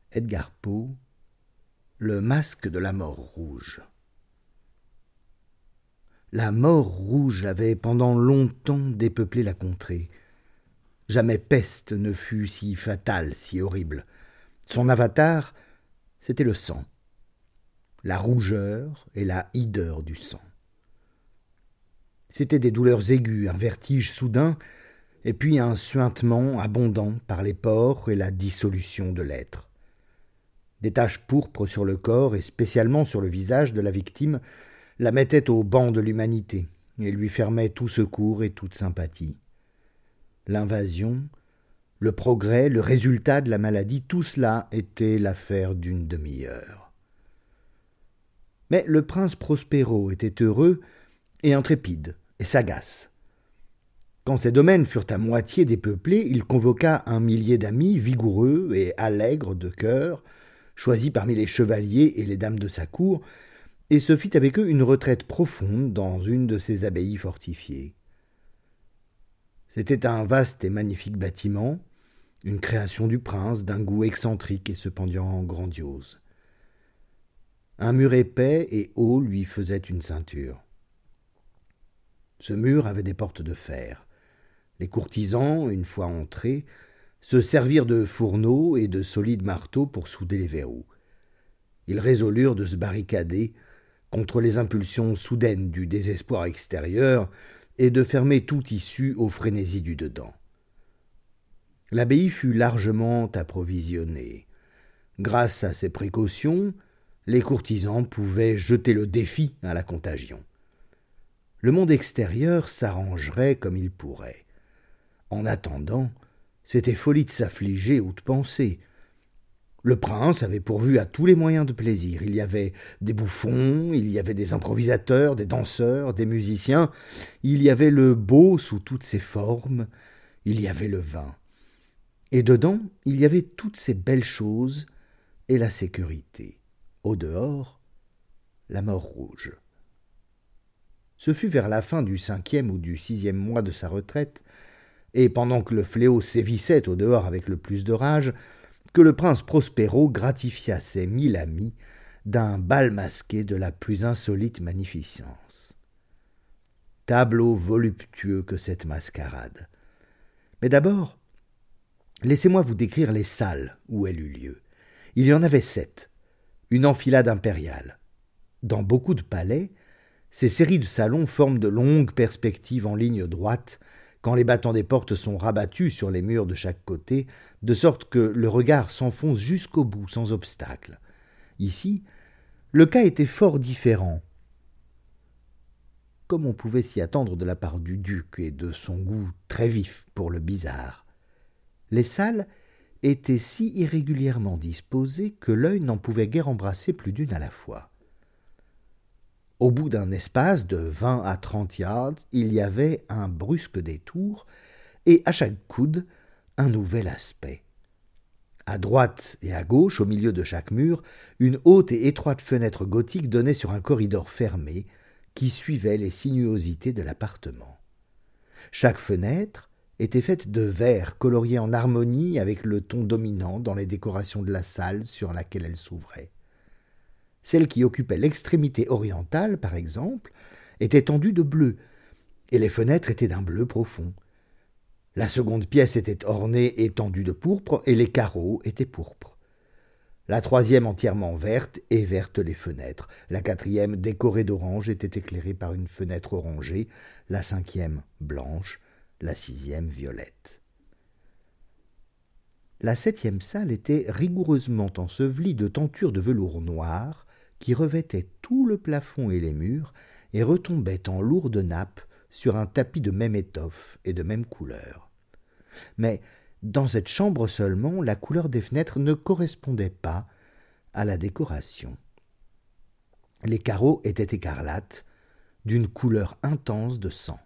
Edgar Poe, Le masque de la mort rouge. La mort rouge avait pendant longtemps dépeuplé la contrée. Jamais peste ne fut si fatale, si horrible. Son avatar, c'était le sang. La rougeur et la hideur du sang. C'étaient des douleurs aiguës, un vertige soudain, et puis un suintement abondant par les pores et la dissolution de l'être. Des taches pourpres sur le corps et spécialement sur le visage de la victime la mettaient au ban de l'humanité et lui fermaient tout secours et toute sympathie. L'invasion, le progrès, le résultat de la maladie, tout cela était l'affaire d'une demi-heure. Mais le prince Prospero était heureux et intrépide et sagace. Quand ses domaines furent à moitié dépeuplés, il convoqua 1 millier d'amis vigoureux et allègres de cœur, choisis parmi les chevaliers et les dames de sa cour, et se fit avec eux une retraite profonde dans une de ses abbayes fortifiées. C'était un vaste et magnifique bâtiment, une création du prince d'un goût excentrique et cependant grandiose. Un mur épais et haut lui faisait une ceinture. Ce mur avait des portes de fer. Les courtisans, une fois entrés, se servirent de fourneaux et de solides marteaux pour souder les verrous. Ils résolurent de se barricader contre les impulsions soudaines du désespoir extérieur et de fermer toute issue aux frénésies du dedans. L'abbaye fut largement approvisionnée. Grâce à ces précautions, les courtisans pouvaient jeter le défi à la contagion. Le monde extérieur s'arrangerait comme il pourrait. En attendant, c'était folie de s'affliger ou de penser. Le prince avait pourvu à tous les moyens de plaisir. Il y avait des bouffons, il y avait des improvisateurs, des danseurs, des musiciens, il y avait le beau sous toutes ses formes, il y avait le vin. Et dedans, il y avait toutes ces belles choses et la sécurité. Au dehors, la mort rouge. Ce fut vers la fin du 5e ou du 6e mois de sa retraite, et pendant que le fléau sévissait au dehors avec le plus de rage, que le prince Prospero gratifia ses 1000 amis d'un bal masqué de la plus insolite magnificence. Tableau voluptueux que cette mascarade. Mais d'abord, laissez-moi vous décrire les salles où elle eut lieu. Il y en avait 7, une enfilade impériale. Dans beaucoup de palais, ces séries de salons forment de longues perspectives en ligne droite, quand les battants des portes sont rabattus sur les murs de chaque côté, de sorte que le regard s'enfonce jusqu'au bout sans obstacle. Ici, le cas était fort différent, comme on pouvait s'y attendre de la part du duc et de son goût très vif pour le bizarre. Les salles étaient si irrégulièrement disposées que l'œil n'en pouvait guère embrasser plus d'une à la fois. Au bout d'un espace de 20 à 30 yards, il y avait un brusque détour, et à chaque coude, un nouvel aspect. À droite et à gauche, au milieu de chaque mur, une haute et étroite fenêtre gothique donnait sur un corridor fermé qui suivait les sinuosités de l'appartement. Chaque fenêtre était faite de verre colorié en harmonie avec le ton dominant dans les décorations de la salle sur laquelle elle s'ouvrait. Celle qui occupait l'extrémité orientale, par exemple, était tendue de bleu, et les fenêtres étaient d'un bleu profond. La seconde pièce était ornée et tendue de pourpre, et les carreaux étaient pourpres. La troisième entièrement verte, et vertes les fenêtres. La quatrième, décorée d'orange, était éclairée par une fenêtre orangée, la cinquième blanche, la sixième violette. La 7e salle était rigoureusement ensevelie de tentures de velours noir, qui revêtait tout le plafond et les murs et retombait en lourdes nappes sur un tapis de même étoffe et de même couleur. Mais dans cette chambre seulement, la couleur des fenêtres ne correspondait pas à la décoration. Les carreaux étaient écarlates, d'une couleur intense de sang.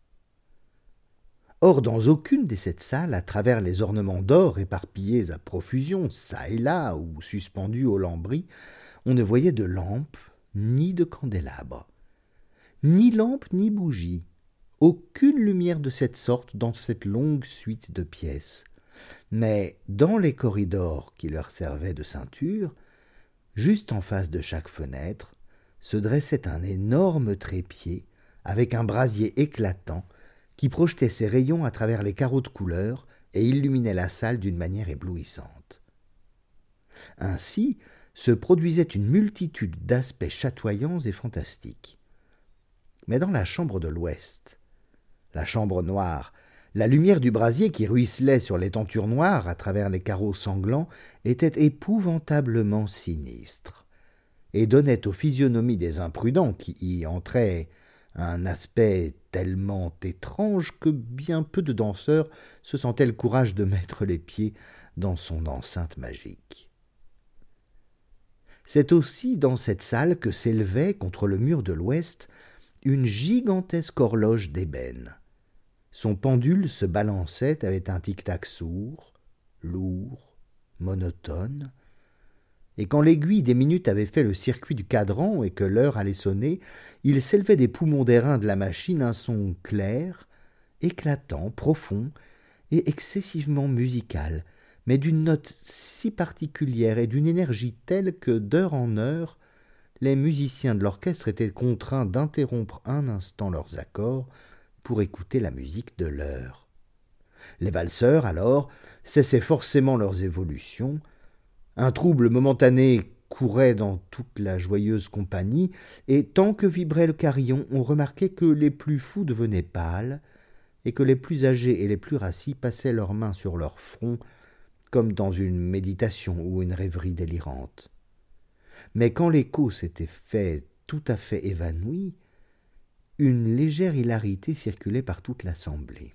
Or, dans aucune des 7 salles, à travers les ornements d'or éparpillés à profusion, çà et là, ou suspendus aux lambris, on ne voyait de lampe ni de candélabre. Ni lampe ni bougie. Aucune lumière de cette sorte dans cette longue suite de pièces. Mais dans les corridors qui leur servaient de ceinture, juste en face de chaque fenêtre, se dressait un énorme trépied avec un brasier éclatant qui projetait ses rayons à travers les carreaux de couleur et illuminait la salle d'une manière éblouissante. Ainsi se produisait une multitude d'aspects chatoyants et fantastiques. Mais dans la chambre de l'Ouest, la chambre noire, la lumière du brasier qui ruisselait sur les tentures noires à travers les carreaux sanglants était épouvantablement sinistre et donnait aux physionomies des imprudents qui y entraient un aspect tellement étrange que bien peu de danseurs se sentaient le courage de mettre les pieds dans son enceinte magique. C'est aussi dans cette salle que s'élevait, contre le mur de l'Ouest, une gigantesque horloge d'ébène. Son pendule se balançait avec un tic-tac sourd, lourd, monotone, et quand l'aiguille des minutes avait fait le circuit du cadran et que l'heure allait sonner, il s'élevait des poumons d'airain de la machine un son clair, éclatant, profond et excessivement musical, mais d'une note si particulière et d'une énergie telle que, d'heure en heure, les musiciens de l'orchestre étaient contraints d'interrompre un instant leurs accords pour écouter la musique de l'heure. Les valseurs, alors, cessaient forcément leurs évolutions. Un trouble momentané courait dans toute la joyeuse compagnie, et tant que vibrait le carillon, on remarquait que les plus fous devenaient pâles, et que les plus âgés et les plus rassis passaient leurs mains sur leur front, comme dans une méditation ou une rêverie délirante. Mais quand l'écho s'était fait tout à fait évanoui, une légère hilarité circulait par toute l'assemblée.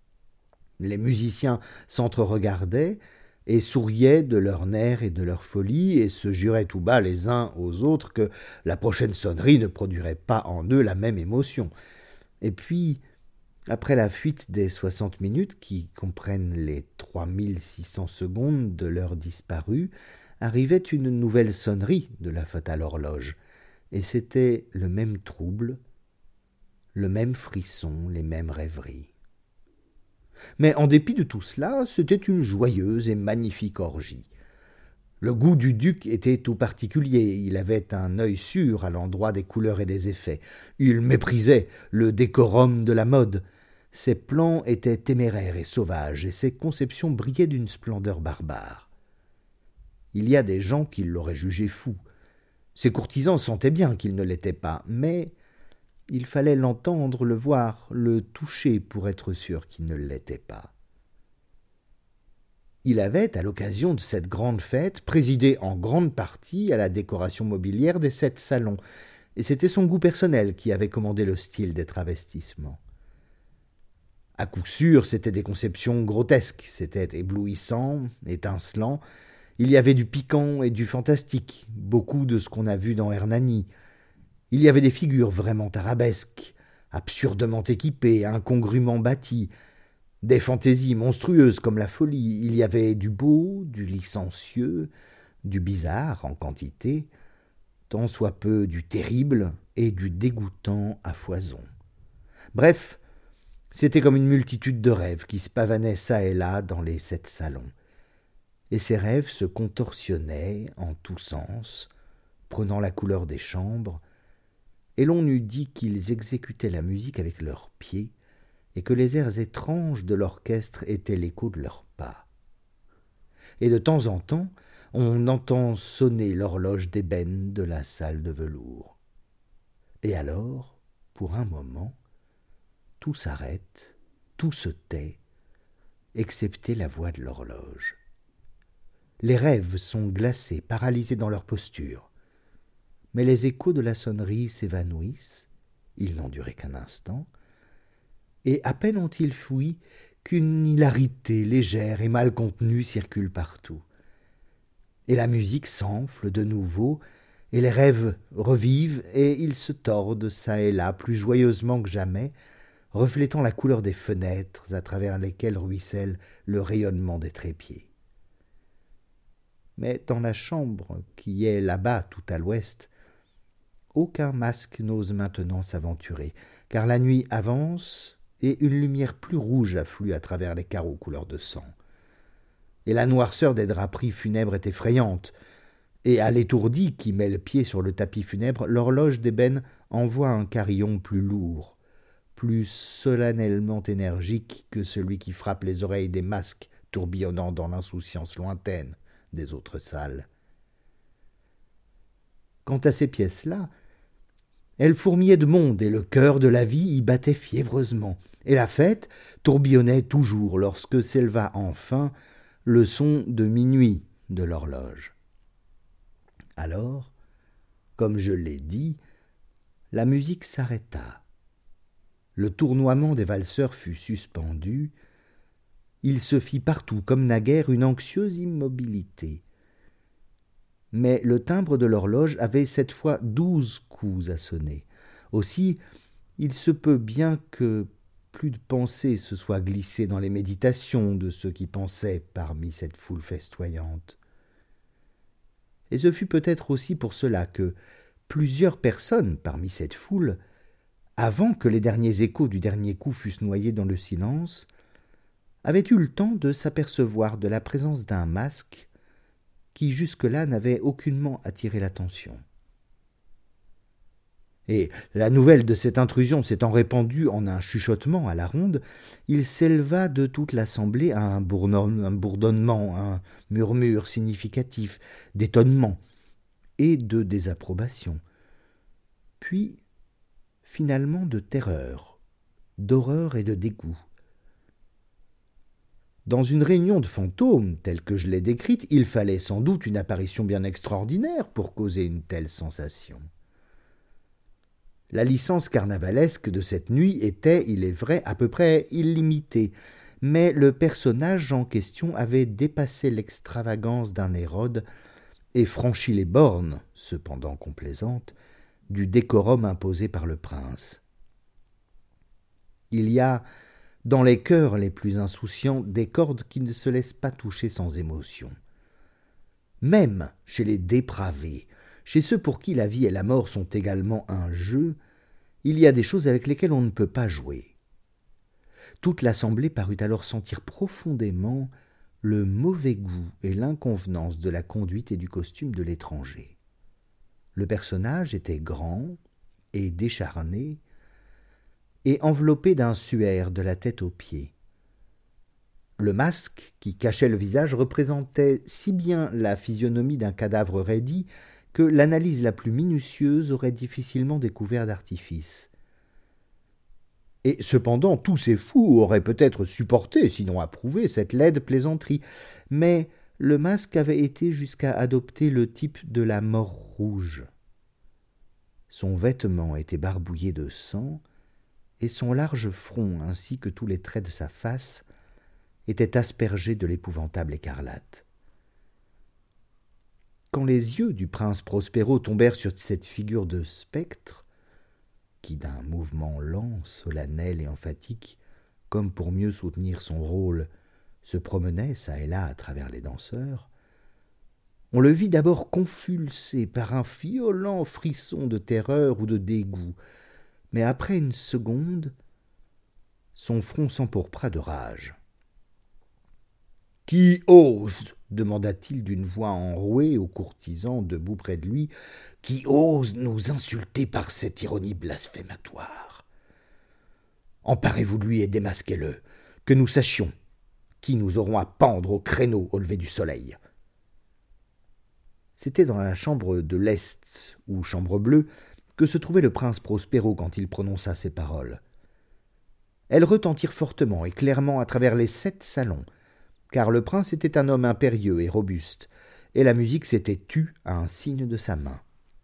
Les musiciens s'entre-regardaient et souriaient de leurs nerfs et de leur folie et se juraient tout bas les uns aux autres que la prochaine sonnerie ne produirait pas en eux la même émotion. Et puis, après la fuite des 60 minutes, qui comprennent les 3600 secondes de l'heure disparue, arrivait une nouvelle sonnerie de la fatale horloge, et c'était le même trouble, le même frisson, les mêmes rêveries. Mais en dépit de tout cela, c'était une joyeuse et magnifique orgie. Le goût du duc était tout particulier, il avait un œil sûr à l'endroit des couleurs et des effets. Il méprisait le décorum de la mode. Ses plans étaient téméraires et sauvages, et ses conceptions brillaient d'une splendeur barbare. Il y a des gens qui l'auraient jugé fou. Ses courtisans sentaient bien qu'il ne l'était pas, mais il fallait l'entendre, le voir, le toucher pour être sûr qu'il ne l'était pas. Il avait, à l'occasion de cette grande fête, présidé en grande partie à la décoration mobilière des 7 salons, et c'était son goût personnel qui avait commandé le style des travestissements. À coup sûr, c'étaient des conceptions grotesques, c'était éblouissant, étincelant, il y avait du piquant et du fantastique, beaucoup de ce qu'on a vu dans Hernani. Il y avait des figures vraiment arabesques, absurdement équipées, incongrument bâties, des fantaisies monstrueuses comme la folie. Il y avait du beau, du licencieux, du bizarre en quantité, tant soit peu du terrible et du dégoûtant à foison. Bref, c'était comme une multitude de rêves qui se pavanaient çà et là dans les 7 salons. Et ces rêves se contorsionnaient en tous sens, prenant la couleur des chambres, et l'on eût dit qu'ils exécutaient la musique avec leurs pieds, et que les airs étranges de l'orchestre étaient l'écho de leurs pas. Et de temps en temps, on entend sonner l'horloge d'ébène de la salle de velours. Et alors, pour un moment, tout s'arrête, tout se tait, excepté la voix de l'horloge. Les rêves sont glacés, paralysés dans leur posture. Mais les échos de la sonnerie s'évanouissent, ils n'ont duré qu'un instant, et à peine ont-ils fui qu'une hilarité légère et mal contenue circule partout. Et la musique s'enfle de nouveau, et les rêves revivent, et ils se tordent çà et là plus joyeusement que jamais, reflétant la couleur des fenêtres à travers lesquelles ruisselle le rayonnement des trépieds. Mais dans la chambre qui est là-bas tout à l'ouest, aucun masque n'ose maintenant s'aventurer, car la nuit avance et une lumière plus rouge afflue à travers les carreaux couleur de sang. et la noirceur des draperies funèbres est effrayante. Et à l'étourdi qui met le pied sur le tapis funèbre, l'horloge d'ébène envoie un carillon plus lourd, plus solennellement énergique que celui qui frappe les oreilles des masques tourbillonnant dans l'insouciance lointaine des autres salles. Quant à ces pièces-là, elles fourmillaient de monde et le cœur de la vie y battait fiévreusement. Et la fête tourbillonnait toujours lorsque s'éleva enfin le son de minuit de l'horloge. Alors, comme je l'ai dit, la musique s'arrêta. Le tournoiement des valseurs fut suspendu. Il se fit partout, comme naguère, une anxieuse immobilité. Mais le timbre de l'horloge avait cette fois 12 coups à sonner. Aussi, il se peut bien que plus de pensée se soit glissée dans les méditations de ceux qui pensaient parmi cette foule festoyante. Et ce fut peut-être aussi pour cela que plusieurs personnes parmi cette foule, avant que les derniers échos du dernier coup fussent noyés dans le silence, avaient eu le temps de s'apercevoir de la présence d'un masque qui jusque-là n'avait aucunement attiré l'attention. Et la nouvelle de cette intrusion s'étant répandue en un chuchotement à la ronde, il s'éleva de toute l'assemblée à un bourdonnement, un murmure significatif d'étonnement et de désapprobation, puis finalement de terreur, d'horreur et de dégoût. Dans une réunion de fantômes, telle que je l'ai décrite, il fallait sans doute une apparition bien extraordinaire pour causer une telle sensation. La licence carnavalesque de cette nuit était, il est vrai, à peu près illimitée, mais le personnage en question avait dépassé l'extravagance d'un Hérode et franchi les bornes, cependant complaisantes, du décorum imposé par le prince. Il y a, dans les cœurs les plus insouciants, des cordes qui ne se laissent pas toucher sans émotion. Même chez les dépravés, chez ceux pour qui la vie et la mort sont également un jeu, il y a des choses avec lesquelles on ne peut pas jouer. Toute l'assemblée parut alors sentir profondément le mauvais goût et l'inconvenance de la conduite et du costume de l'étranger. Le personnage était grand et décharné, et enveloppé d'un suaire de la tête aux pieds. Le masque, qui cachait le visage, représentait si bien la physionomie d'un cadavre raidi que l'analyse la plus minutieuse aurait difficilement découvert d'artifice. Et cependant, tous ces fous auraient peut-être supporté, sinon approuvé, cette laide plaisanterie. Mais le masque avait été jusqu'à adopter le type de la mort rouge. Son vêtement était barbouillé de sang, et son large front, ainsi que tous les traits de sa face, étaient aspergés de l'épouvantable écarlate. Quand les yeux du prince Prospero tombèrent sur cette figure de spectre, qui d'un mouvement lent, solennel et emphatique, comme pour mieux soutenir son rôle, se promenait çà et là à travers les danseurs, on le vit d'abord convulsé par un violent frisson de terreur ou de dégoût, mais après une seconde, son front s'empourpra de rage. « Qui ose ?» demanda-t-il d'une voix enrouée aux courtisans debout près de lui, « qui ose nous insulter par cette ironie blasphématoire? Emparez-vous de lui et démasquez-le, que nous sachions qui nous aurons à pendre au créneau au lever du soleil. » C'était dans la chambre de l'Est, ou chambre bleue, que se trouvait le prince Prospero quand il prononça ces paroles. Elles retentirent fortement et clairement à travers les 7 salons, car le prince était un homme impérieux et robuste, et la musique s'était tue à un signe de sa main.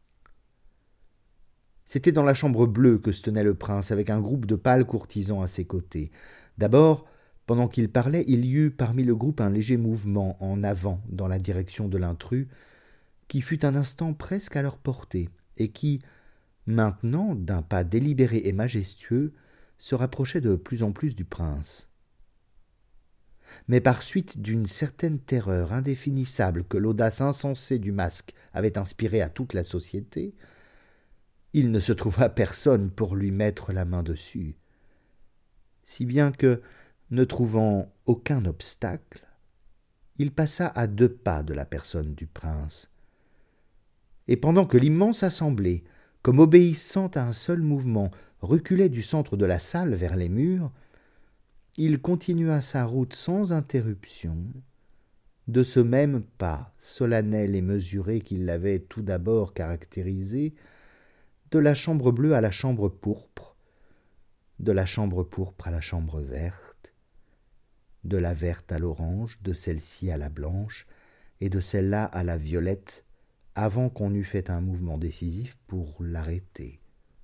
C'était dans la chambre bleue que se tenait le prince, avec un groupe de pâles courtisans à ses côtés. D'abord, pendant qu'il parlait, il y eut parmi le groupe un léger mouvement en avant dans la direction de l'intrus, qui fut un instant presque à leur portée, et qui, maintenant, d'un pas délibéré et majestueux, se rapprochait de plus en plus du prince. Mais par suite d'une certaine terreur indéfinissable que l'audace insensée du masque avait inspirée à toute la société, il ne se trouva personne pour lui mettre la main dessus, si bien que, ne trouvant aucun obstacle, il passa à 2 pas de la personne du prince. Et pendant que l'immense assemblée, comme obéissant à un seul mouvement, reculait du centre de la salle vers les murs, il continua sa route sans interruption, de ce même pas solennel et mesuré qui l'avait tout d'abord caractérisé, de la chambre bleue à la chambre pourpre, de la chambre pourpre à la chambre verte, de la verte à l'orange, de celle-ci à la blanche, et de celle-là à la violette, avant qu'on eût fait un mouvement décisif pour l'arrêter.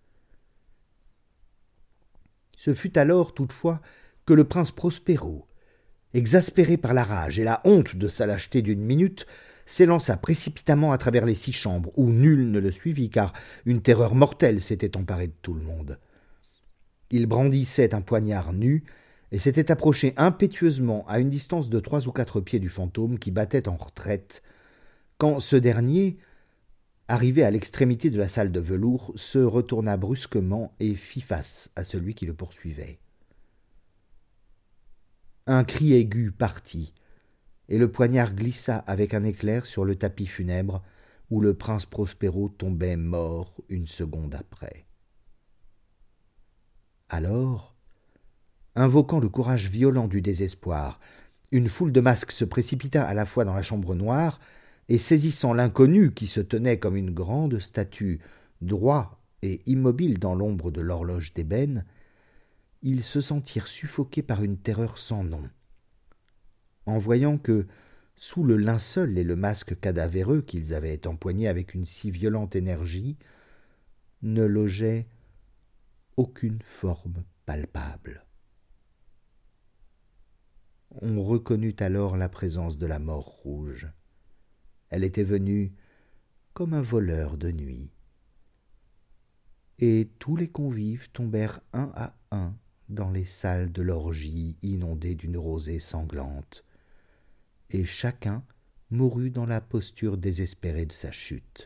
Ce fut alors, toutefois, que le prince Prospero, exaspéré par la rage et la honte de sa lâcheté d'une minute, s'élança précipitamment à travers les 6 chambres, où nul ne le suivit, car une terreur mortelle s'était emparée de tout le monde. Il brandissait un poignard nu, et s'était approché impétueusement à une distance de 3 ou 4 pieds du fantôme qui battait en retraite, quand ce dernier, arrivé à l'extrémité de la salle de velours, se retourna brusquement et fit face à celui qui le poursuivait. Un cri aigu partit, et le poignard glissa avec un éclair sur le tapis funèbre où le prince Prospero tombait mort une seconde après. Alors, invoquant le courage violent du désespoir, une foule de masques se précipita à la fois dans la chambre noire, et saisissant l'inconnu qui se tenait comme une grande statue, droit et immobile dans l'ombre de l'horloge d'ébène, ils se sentirent suffoqués par une terreur sans nom. En voyant que, sous le linceul et le masque cadavéreux qu'ils avaient empoigné avec une si violente énergie, ne logeait aucune forme palpable. On reconnut alors la présence de la mort rouge. Elle était venue comme un voleur de nuit. Et tous les convives tombèrent un à un dans les salles de l'orgie inondées d'une rosée sanglante, et chacun mourut dans la posture désespérée de sa chute.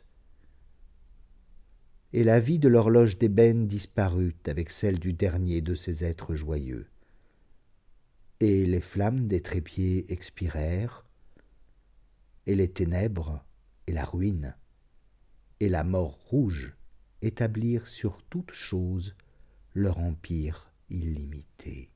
Et la vie de l'horloge d'ébène disparut avec celle du dernier de ces êtres joyeux. Et les flammes des trépieds expirèrent, et les ténèbres et la ruine et la mort rouge établirent sur toute chose leur empire illimité.